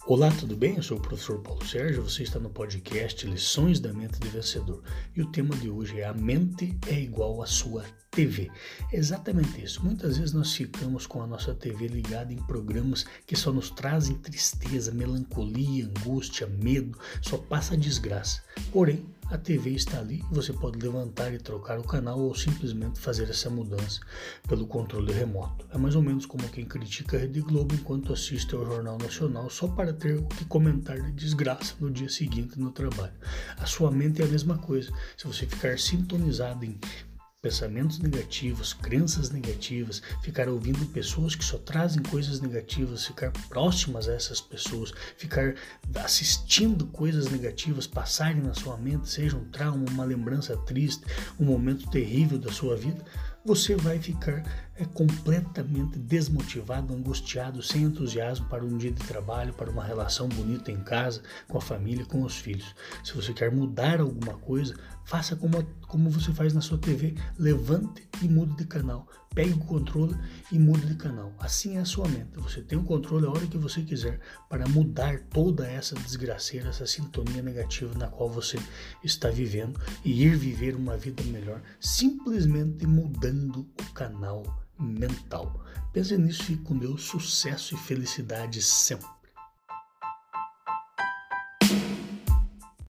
Olá, tudo bem? Eu sou o professor Paulo Sérgio, você está no podcast Lições da Mente de Vencedor. E o tema de hoje é: a mente é igual à sua TV. É exatamente isso. Muitas vezes nós ficamos com a nossa TV ligada em programas que só nos trazem tristeza, melancolia, angústia, medo, só passa desgraça. Porém, a TV está ali e você pode levantar e trocar o canal ou simplesmente fazer essa mudança pelo controle remoto. É mais ou menos como quem critica a Rede Globo enquanto assiste ao Jornal Nacional só para ter o que comentar de desgraça no dia seguinte no trabalho. A sua mente é a mesma coisa. Se você ficar sintonizado em pensamentos negativos, crenças negativas, ficar ouvindo pessoas que só trazem coisas negativas, ficar próximas a essas pessoas, ficar assistindo coisas negativas passarem na sua mente, seja um trauma, uma lembrança triste, um momento terrível da sua vida, você vai ficar completamente desmotivado, angustiado, sem entusiasmo para um dia de trabalho, para uma relação bonita em casa, com a família, com os filhos. Se você quer mudar alguma coisa, faça como você faz na sua TV, levante e mude de canal. Pegue o controle e mude de canal. Assim é a sua mente. Você tem o controle a hora que você quiser para mudar toda essa desgraceira, essa sintonia negativa na qual você está vivendo e ir viver uma vida melhor, simplesmente mudando o canal mental. Pense nisso, fique com Deus, sucesso e felicidade sempre.